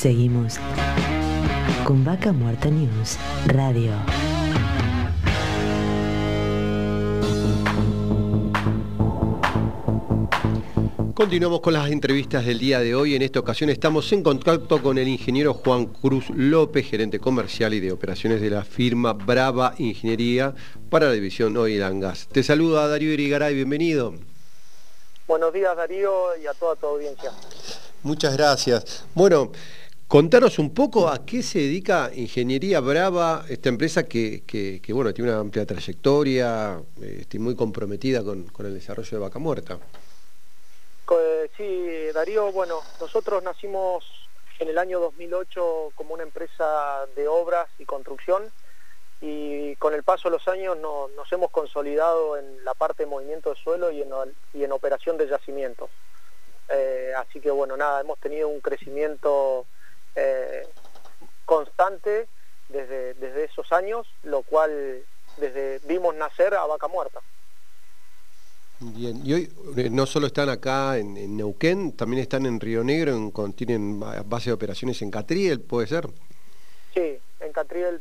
Seguimos con Vaca Muerta News Radio. Continuamos con las entrevistas del día de hoy. En esta ocasión estamos en contacto con el ingeniero Juan Cruz López, gerente comercial y de operaciones de la firma Brava Ingeniería para la división Oil and Gas. Te saluda Darío Irigaray, bienvenido. Buenos días, Darío, y a toda tu audiencia. Muchas gracias. Bueno, contanos un poco a qué se dedica Ingeniería Brava, esta empresa que bueno, tiene una amplia trayectoria, muy comprometida con el desarrollo de Vaca Muerta. Sí, Darío, bueno, nosotros nacimos en el año 2008 como una empresa de obras y construcción, y con el paso de los años nos hemos consolidado en la parte de movimiento de suelo y en operación de yacimientos. Así que bueno, nada, hemos tenido un crecimiento constante desde esos años, lo cual vimos nacer a Vaca Muerta. Bien, y hoy no solo están acá en Neuquén, también están en Río Negro, tienen base de operaciones en Catriel, ¿puede ser? Sí, en Catriel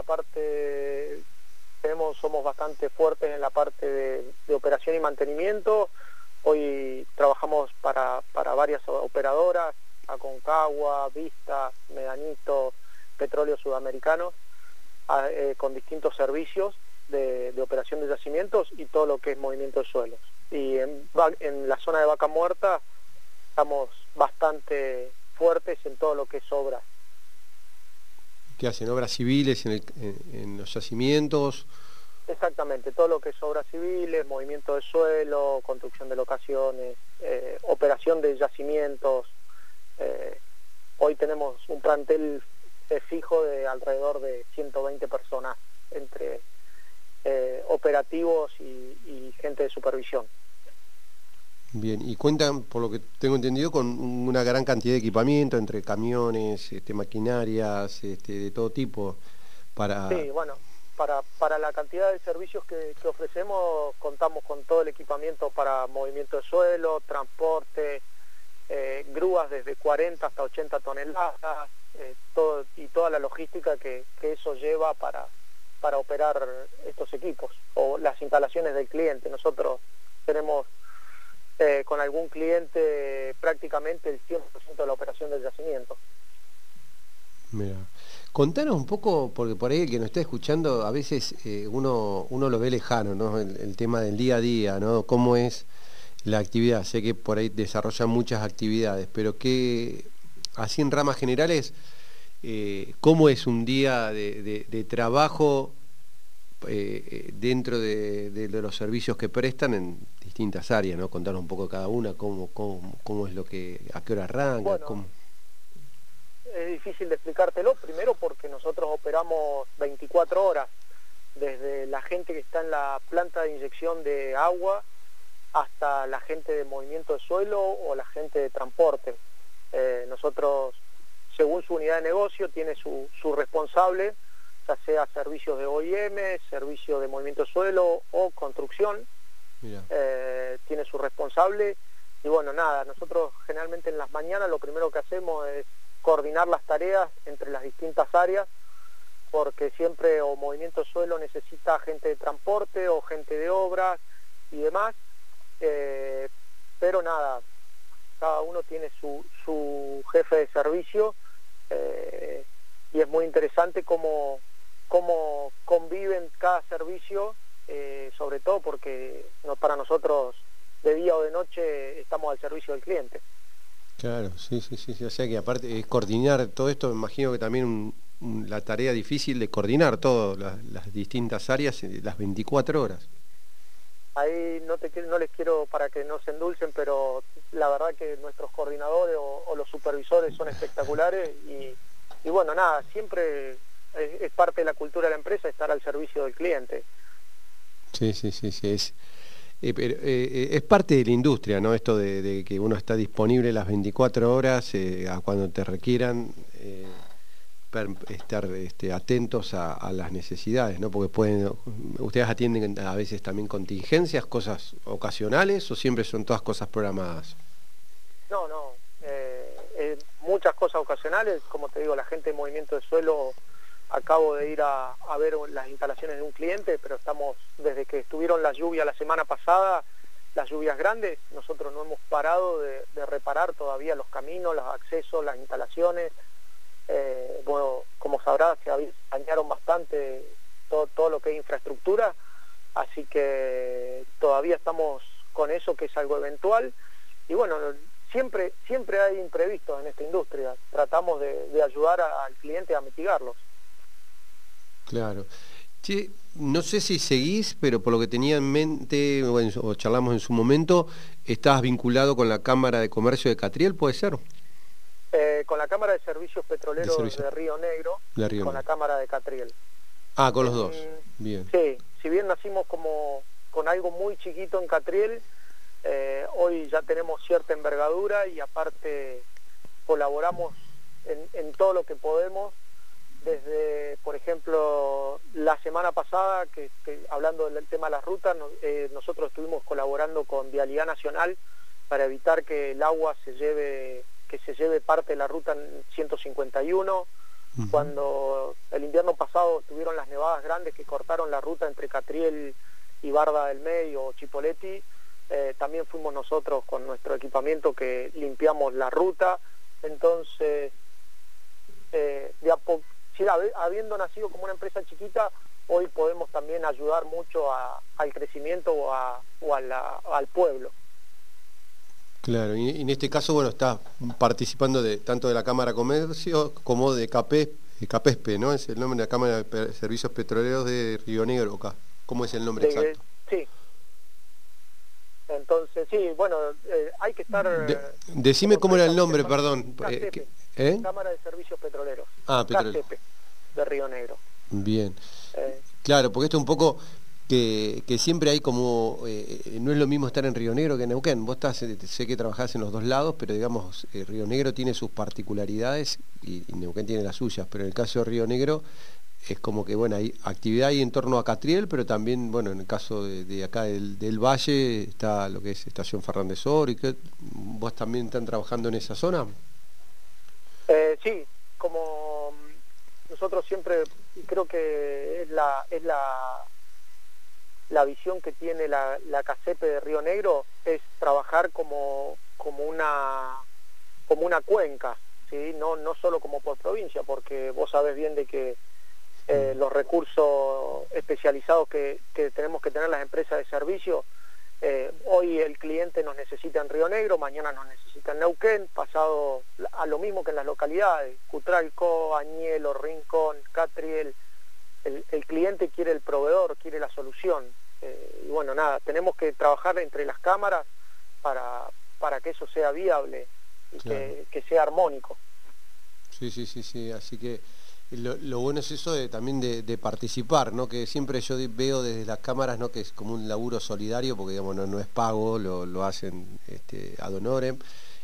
somos bastante fuertes en la parte de operación y mantenimiento. Hoy trabajamos para varias operadoras, Aconcagua, Vista, Medanito, Petróleo Sudamericano, con distintos servicios de operación de yacimientos y todo lo que es movimiento de suelos. Y en la zona de Vaca Muerta estamos bastante fuertes en todo lo que es obras. ¿Qué hacen? ¿Obras civiles en los yacimientos? Exactamente, todo lo que es obras civiles, movimiento de suelo, construcción de locaciones, operación de yacimientos. Hoy tenemos un plantel fijo de alrededor de 120 personas entre operativos y gente de supervisión. Bien, y cuentan, por lo que tengo entendido, con una gran cantidad de equipamiento, entre camiones, maquinarias, de todo tipo. Sí, bueno, para la cantidad de servicios que ofrecemos, contamos con todo el equipamiento para movimiento de suelo, transporte, grúas desde 40 hasta 80 toneladas, y toda la logística que eso lleva para operar estos equipos o las instalaciones del cliente. Nosotros tenemos con algún cliente prácticamente el 100% de la operación del yacimiento. Mira, contanos un poco, porque por ahí el que nos está escuchando a veces uno lo ve lejano, ¿no? El tema del día a día, ¿no? Cómo es la actividad. Sé que por ahí desarrollan muchas actividades, pero así en ramas generales, ¿cómo es un día de trabajo dentro de los servicios que prestan en distintas áreas, ¿no? Contanos un poco cada una, cómo es a qué hora arranca. Bueno, es difícil de explicártelo, primero porque nosotros operamos 24 horas, desde la gente que está en la planta de inyección de agua hasta la gente de movimiento de suelo o la gente de transporte. Nosotros, según su unidad de negocio, tiene su responsable, ya sea servicios de OIM, servicio de movimiento de suelo o construcción. Tiene su responsable. Y bueno, nada, nosotros generalmente en las mañanas lo primero que hacemos es coordinar las tareas entre las distintas áreas, porque siempre o movimiento de suelo necesita gente de transporte o gente de obras y demás, pero nada, cada uno tiene su jefe de servicio, y es muy interesante cómo conviven cada servicio, sobre todo porque para nosotros de día o de noche estamos al servicio del cliente. Claro, sí, o sea que aparte es coordinar todo esto, me imagino que también la tarea difícil de coordinar todo, las distintas áreas, las 24 horas. Ahí no les quiero para que no se endulcen, pero la verdad que nuestros coordinadores o los supervisores son espectaculares y bueno, nada, siempre es parte de la cultura de la empresa estar al servicio del cliente. Sí, es parte de la industria, ¿no? Esto de que uno está disponible las 24 horas a cuando te requieran, estar atentos a las necesidades, ¿no? Porque ustedes atienden a veces también contingencias, cosas ocasionales, o siempre son todas cosas programadas. No, muchas cosas ocasionales, como te digo, la gente de Movimiento de Suelo, acabo de ir a ver las instalaciones de un cliente, pero estamos, desde que estuvieron las lluvias la semana pasada, las lluvias grandes, nosotros no hemos parado de reparar todavía los caminos, los accesos, las instalaciones. Bueno, como sabrás, se dañaron bastante todo lo que es infraestructura, así que todavía estamos con eso, que es algo eventual, y bueno, siempre hay imprevistos en esta industria, tratamos de ayudar al cliente a mitigarlos. Claro. Che, no sé si seguís, pero por lo que tenía en mente, o charlamos en su momento, estabas vinculado con la Cámara de Comercio de Catriel, ¿puede ser? Con la Cámara de Servicios Petroleros de Río Negro, con la Cámara de Catriel. Ah, con los dos. Bien. Sí, si bien nacimos con algo muy chiquito en Catriel, hoy ya tenemos cierta envergadura y aparte colaboramos en todo lo que podemos. Desde, por ejemplo, la semana pasada, que hablando del tema de las rutas, nosotros estuvimos colaborando con Vialidad Nacional para evitar que el agua se lleve parte de la ruta 151. Cuando el invierno pasado tuvieron las nevadas grandes que cortaron la ruta entre Catriel y Barda del Medio o Chipoleti, también fuimos nosotros con nuestro equipamiento que limpiamos la ruta. Entonces, habiendo nacido como una empresa chiquita, hoy podemos también ayudar mucho al crecimiento o al pueblo. Claro, y en este caso, bueno, está participando tanto de la Cámara de Comercio como de CAPESPE, ¿no? Es el nombre de la Cámara de Servicios Petroleros de Río Negro, acá. ¿Cómo es el nombre exacto? Sí. Entonces, sí, bueno, hay que estar... Decime cómo era el nombre, perdón. Cámara de Servicios Petroleros. Petroleros. De Río Negro. Bien. Claro, porque esto es un poco... Que siempre hay como, no es lo mismo estar en Río Negro que en Neuquén. Vos sé que trabajás en los dos lados, pero digamos, Río Negro tiene sus particularidades y Neuquén tiene las suyas, pero en el caso de Río Negro es como que, bueno, hay actividad ahí en torno a Catriel, pero también, bueno, en el caso de acá del Valle está lo que es Estación Fernández Oro, y que vos también están trabajando en esa zona. Sí, como nosotros siempre, y creo que es la visión que tiene la CACEPE de Río Negro, es trabajar como una cuenca, ¿sí? No solo como por provincia, porque vos sabés bien de que los recursos especializados que tenemos que tener las empresas de servicio, hoy el cliente nos necesita en Río Negro, mañana nos necesita en Neuquén, pasado a lo mismo que en las localidades, Cutralcó, Añelo, Rincón, Catriel. El cliente quiere el proveedor, quiere la solución. Y bueno, nada, tenemos que trabajar entre las cámaras para que eso sea viable y claro, que sea armónico. Sí, así que lo bueno es eso también de participar, ¿no? Que siempre yo veo desde las cámaras, ¿no? Que es como un laburo solidario, porque digamos no es pago, lo hacen ad honorem,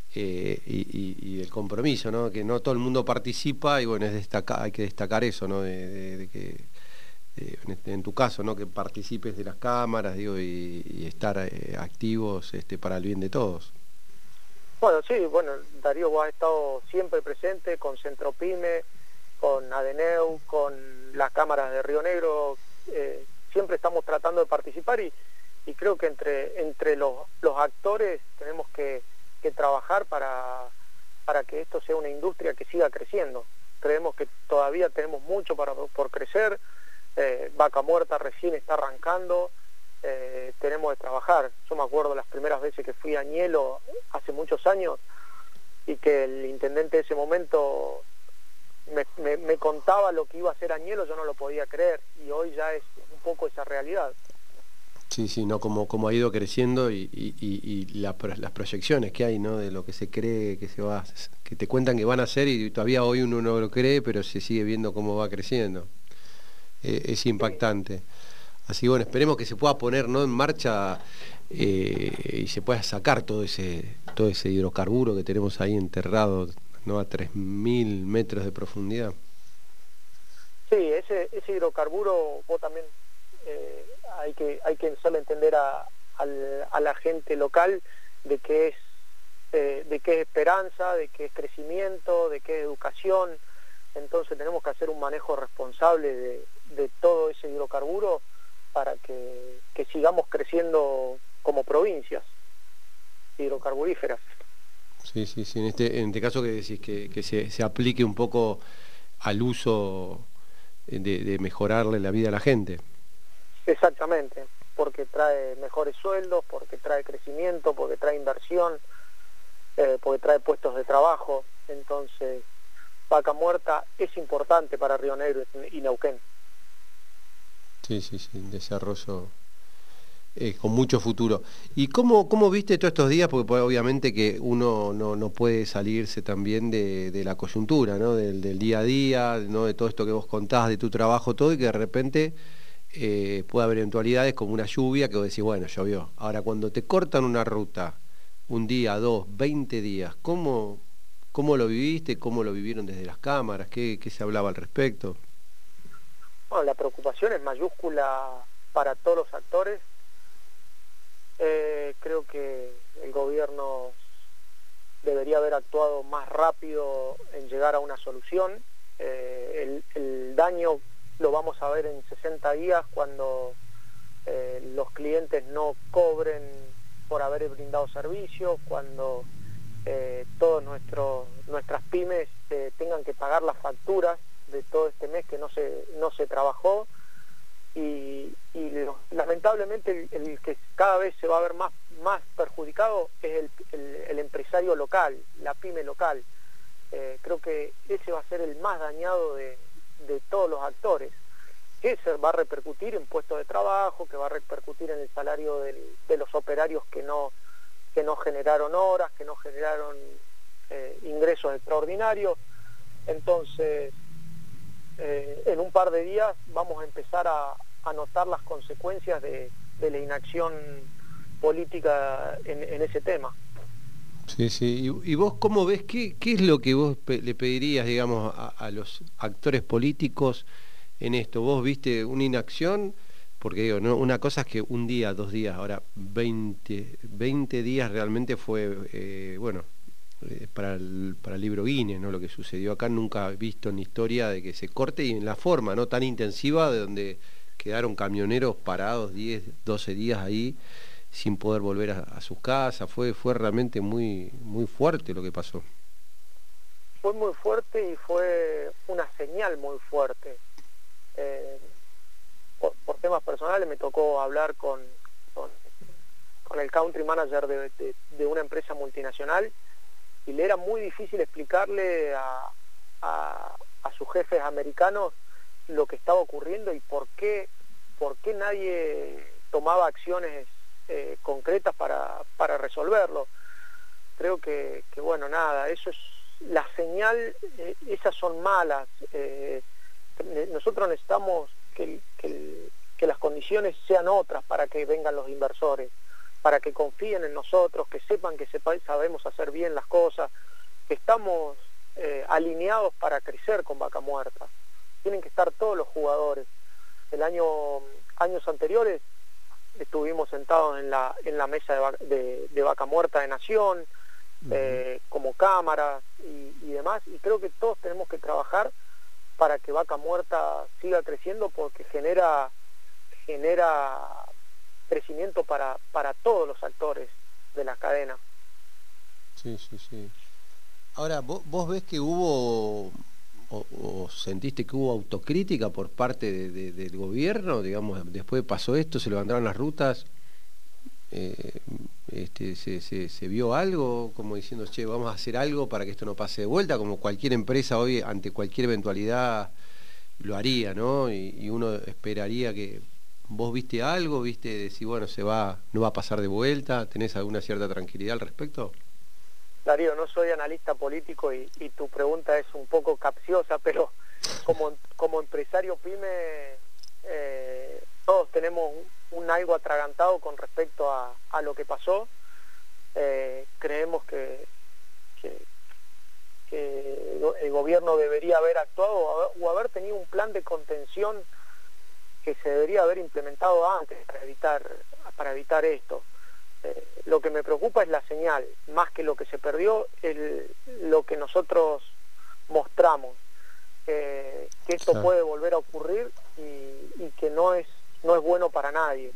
y el compromiso, ¿no? Que no todo el mundo participa, y bueno, hay que destacar eso, ¿no? De que en tu caso, ¿no? Que participes de las cámaras, digo, y estar activos para el bien de todos. Bueno, sí, Darío, vos has estado siempre presente con Centropyme, con Adeneu, con las cámaras de Río Negro, siempre estamos tratando de participar y creo que entre los actores tenemos que trabajar para que esto sea una industria que siga creciendo. Creemos que todavía tenemos mucho por crecer. Vaca Muerta recién está arrancando, tenemos que trabajar. Yo me acuerdo las primeras veces que fui a Añelo hace muchos años y que el intendente de ese momento me contaba lo que iba a hacer Añelo, yo no lo podía creer, y hoy ya es un poco esa realidad. Sí, ¿no? Como ha ido creciendo y las proyecciones que hay, ¿no? De lo que se cree que te cuentan que van a hacer, y todavía hoy uno no lo cree, pero se sigue viendo cómo va creciendo. Es impactante. Así que bueno, esperemos que se pueda poner, ¿no? En marcha y se pueda sacar todo ese hidrocarburo que tenemos ahí enterrado, ¿no? A 3.000 metros de profundidad. Sí, ese hidrocarburo vos también hay que hacerle entender a la gente local de que de qué es esperanza, de qué es crecimiento, de qué es educación. Entonces tenemos que hacer un manejo responsable de todo ese hidrocarburo para que sigamos creciendo como provincias hidrocarburíferas. Sí, sí, sí. En este caso que decís que se aplique un poco al uso de mejorarle la vida a la gente. Exactamente, porque trae mejores sueldos, porque trae crecimiento, porque trae inversión, porque trae puestos de trabajo. Entonces, Vaca Muerta es importante para Río Negro y Neuquén. Sí, sí, sí, desarrollo con mucho futuro. ¿Y cómo viste todos estos días? Porque pues, obviamente que uno no puede salirse también de la coyuntura, ¿no? Del día a día, ¿no? De todo esto que vos contás, de tu trabajo, todo, y que de repente puede haber eventualidades como una lluvia que vos decís, bueno, llovió. Ahora, cuando te cortan una ruta, un día, 2, 20 días, ¿cómo lo viviste? ¿Cómo lo vivieron desde las cámaras? ¿Qué se hablaba al respecto? Bueno, la preocupación es mayúscula para todos los actores. Creo que el gobierno debería haber actuado más rápido en llegar a una solución. El daño lo vamos a ver en 60 días cuando los clientes no cobren por haber brindado servicios, cuando todos nuestras pymes tengan que pagar las facturas de todo este mes que no se trabajó. Y lamentablemente el que cada vez se va a ver más perjudicado es el empresario local, la pyme local. Creo que ese va a ser el más dañado de todos los actores, que se va a repercutir en puestos de trabajo, que va a repercutir en el salario de los operarios que no generaron horas, que no generaron ingresos extraordinarios. Entonces, en un par de días vamos a empezar a notar las consecuencias de la inacción política en ese tema. Sí, sí. ¿Y vos cómo ves? ¿Qué es lo que vos le pedirías, digamos, a los actores políticos en esto? ¿Vos viste una inacción? Porque digo, ¿no? Una cosa es que un día, 2 días, ahora 20 días realmente fue, bueno, para el libro Guinness, ¿no? Lo que sucedió acá nunca he visto en la historia de que se corte y en la forma, ¿no? Tan intensiva, de donde quedaron camioneros parados 10, 12 días ahí sin poder volver a sus casas. Fue realmente muy, muy fuerte lo que pasó. Fue muy fuerte y fue una señal muy fuerte. Por temas personales me tocó hablar con el country manager de una empresa multinacional, y le era muy difícil explicarle a sus jefes americanos lo que estaba ocurriendo y por qué nadie tomaba acciones concretas para resolverlo. Creo que bueno, nada, eso es la señal, esas son malas. Nosotros necesitamos que las condiciones sean otras para que vengan los inversores, para que confíen en nosotros, que sepan que sabemos hacer bien las cosas, que estamos alineados para crecer con Vaca Muerta. Tienen que estar todos los jugadores. Años anteriores estuvimos sentados en la mesa de Vaca Muerta de Nación, como cámara y demás, y creo que todos tenemos que trabajar para que Vaca Muerta siga creciendo, porque genera crecimiento para todos los actores de la cadena. Sí, sí, sí. Ahora, ¿vos ves que hubo o sentiste que hubo autocrítica por parte del gobierno? Digamos, después pasó esto, se levantaron las rutas, se vio algo como diciendo, che, vamos a hacer algo para que esto no pase de vuelta, como cualquier empresa hoy ante cualquier eventualidad lo haría, ¿no? Y uno esperaría que vos viste algo, viste, decir, bueno, no va a pasar de vuelta. ¿Tenés alguna cierta tranquilidad al respecto? Darío, no soy analista político y tu pregunta es un poco capciosa, pero como empresario pyme, todos tenemos un algo atragantado con respecto a lo que pasó. Creemos que el gobierno debería haber actuado o haber tenido un plan de contención que se debería haber implementado antes para evitar esto. Lo que me preocupa es la señal, más que lo que se perdió, lo que nosotros mostramos, que esto Claro. puede volver a ocurrir y que no es bueno para nadie.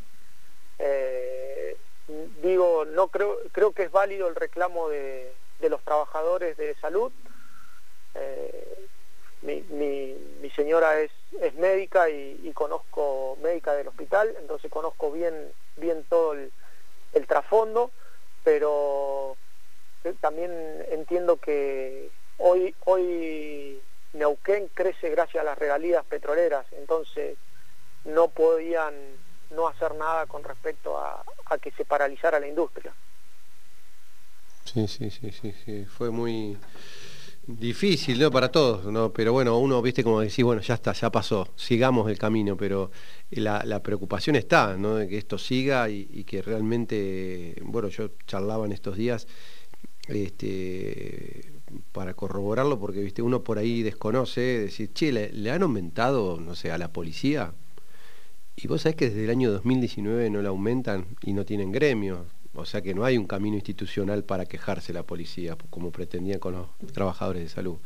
Digo, no creo que es válido el reclamo de los trabajadores de salud. Mi señora es médica y conozco, médica del hospital, entonces conozco bien todo el trasfondo, pero también entiendo que hoy Neuquén crece gracias a las regalías petroleras, entonces no podían no hacer nada con respecto a que se paralizara la industria. Sí, fue muy difícil, ¿no? Para todos, ¿no? Pero bueno, uno, viste, como decís, bueno, ya está, ya pasó, sigamos el camino, pero la preocupación está, ¿no? De que esto siga y que realmente, bueno, yo charlaba en estos días, para corroborarlo, porque, viste, uno por ahí desconoce, decir, che, ¿le han aumentado, no sé, a la policía? Y vos sabés que desde el año 2019 no la aumentan y no tienen gremio. O sea que no hay un camino institucional para quejarse la policía, como pretendían con los trabajadores de salud.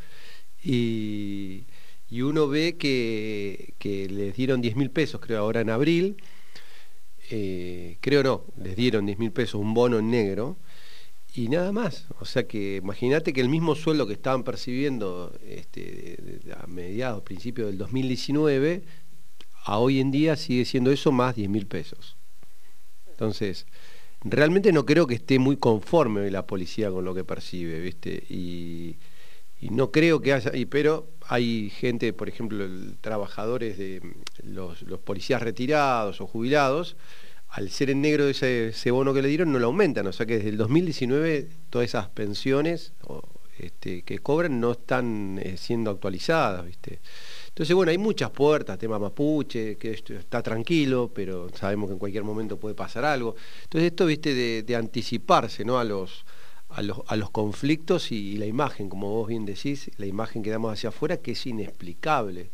Y uno ve que les dieron 10.000 pesos, creo, ahora en abril. Creo no, les dieron 10.000 pesos, un bono en negro. Y nada más. O sea que imagínate que el mismo sueldo que estaban percibiendo a mediados, principios del 2019, a hoy en día sigue siendo eso más 10.000 pesos. Entonces, realmente no creo que esté muy conforme la policía con lo que percibe, ¿viste? Y no creo que haya, pero hay gente, por ejemplo, trabajadores de los policías retirados o jubilados, al ser en negro ese bono que le dieron, no lo aumentan. O sea que desde el 2019 todas esas pensiones que cobran no están siendo actualizadas, ¿viste? Entonces, bueno, hay muchas puertas, tema mapuche, que esto está tranquilo, pero sabemos que en cualquier momento puede pasar algo. Entonces, esto, viste, de anticiparse, ¿no? a los conflictos y la imagen, como vos bien decís, la imagen que damos hacia afuera, que es inexplicable.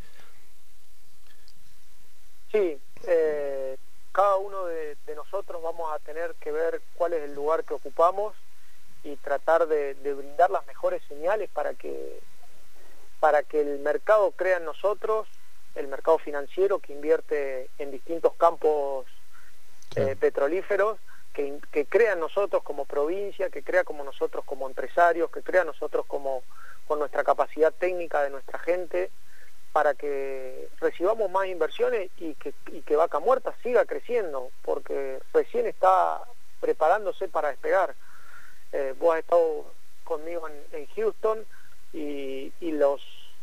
Sí, cada uno de nosotros vamos a tener que ver cuál es el lugar que ocupamos y tratar de brindar las mejores señales para que el mercado crea en nosotros, el mercado financiero que invierte en distintos campos petrolíferos, que crea en nosotros como provincia, que crea como nosotros como empresarios, que crea en nosotros con nuestra capacidad técnica de nuestra gente, para que recibamos más inversiones y que Vaca Muerta siga creciendo, porque recién está preparándose para despegar. Vos has estado conmigo en Houston, y los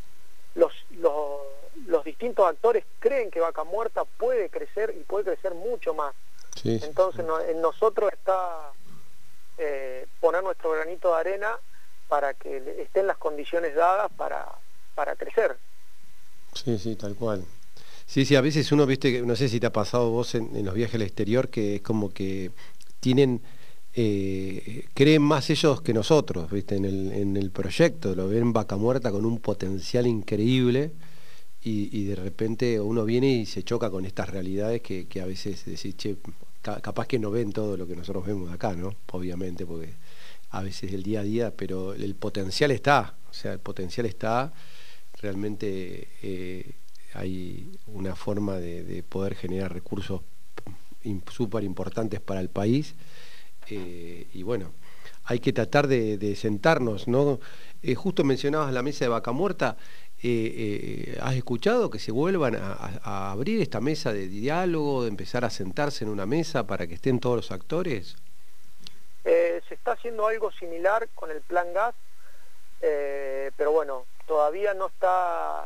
distintos actores creen que Vaca Muerta puede crecer y puede crecer mucho más. Sí, Entonces en nosotros está poner nuestro granito de arena para que estén las condiciones dadas para crecer. Sí, tal cual. Sí, a veces uno, viste, no sé si te ha pasado vos en los viajes al exterior, que es como que tienen... creen más ellos que nosotros, ¿viste? En el proyecto, lo ven Vaca Muerta con un potencial increíble y de repente uno viene y se choca con estas realidades que a veces decís, che, capaz que no ven todo lo que nosotros vemos acá, ¿no? Obviamente, porque a veces el día a día, pero el potencial está, o sea, el potencial está, realmente hay una forma de poder generar recursos súper importantes para el país. Y bueno, hay que tratar de sentarnos, ¿no? Justo mencionabas la mesa de Vaca Muerta. ¿Has escuchado que se vuelvan a abrir esta mesa de diálogo, de empezar a sentarse en una mesa para que estén todos los actores? Se está haciendo algo similar con el Plan Gas, pero bueno, todavía no está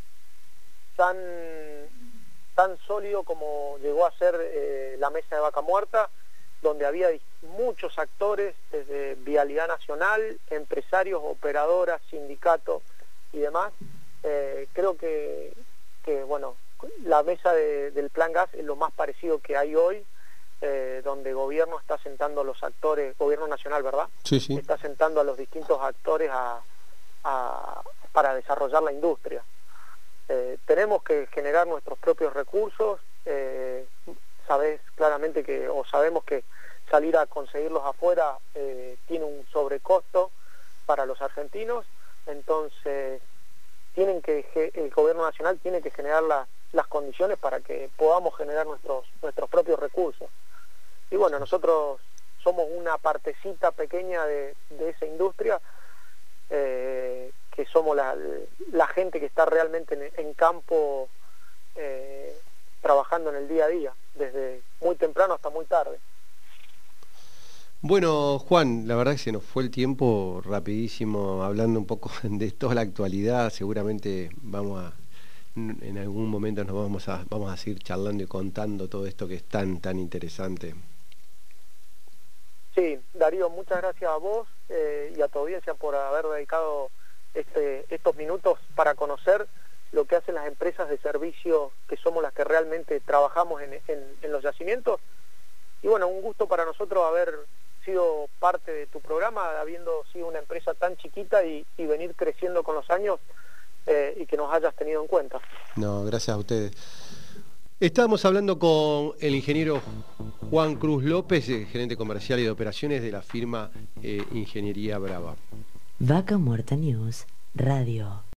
tan sólido como llegó a ser la mesa de Vaca Muerta, donde había muchos actores, desde Vialidad Nacional, empresarios, operadoras, sindicatos y demás. Creo que bueno, la mesa del Plan Gas es lo más parecido que hay hoy, donde el gobierno está sentando a los actores, gobierno nacional, ¿verdad? Sí. Está sentando a los distintos actores para desarrollar la industria. Tenemos que generar nuestros propios recursos. Sabés claramente sabemos que salir a conseguirlos afuera tiene un sobrecosto para los argentinos, entonces el gobierno nacional tiene que generar las condiciones para que podamos generar nuestros propios recursos. Y bueno, nosotros somos una partecita pequeña de esa industria, que somos la gente que está realmente en campo, trabajando en el día a día, desde muy temprano hasta muy tarde. Bueno, Juan, la verdad que se nos fue el tiempo rapidísimo hablando un poco de toda la actualidad. Seguramente en algún momento nos vamos a seguir charlando y contando todo esto que es tan interesante. Sí, Darío, muchas gracias a vos y a tu audiencia por haber dedicado estos minutos para conocer lo que hacen las empresas de servicio, que somos las que realmente trabajamos en los yacimientos. Y bueno, un gusto para nosotros haber sido parte de tu programa, habiendo sido una empresa tan chiquita y venir creciendo con los años, y que nos hayas tenido en cuenta. No, gracias a ustedes. Estábamos hablando con el ingeniero Juan Cruz López, gerente comercial y de operaciones de la firma Ingeniería Brava. Vaca Muerta News Radio.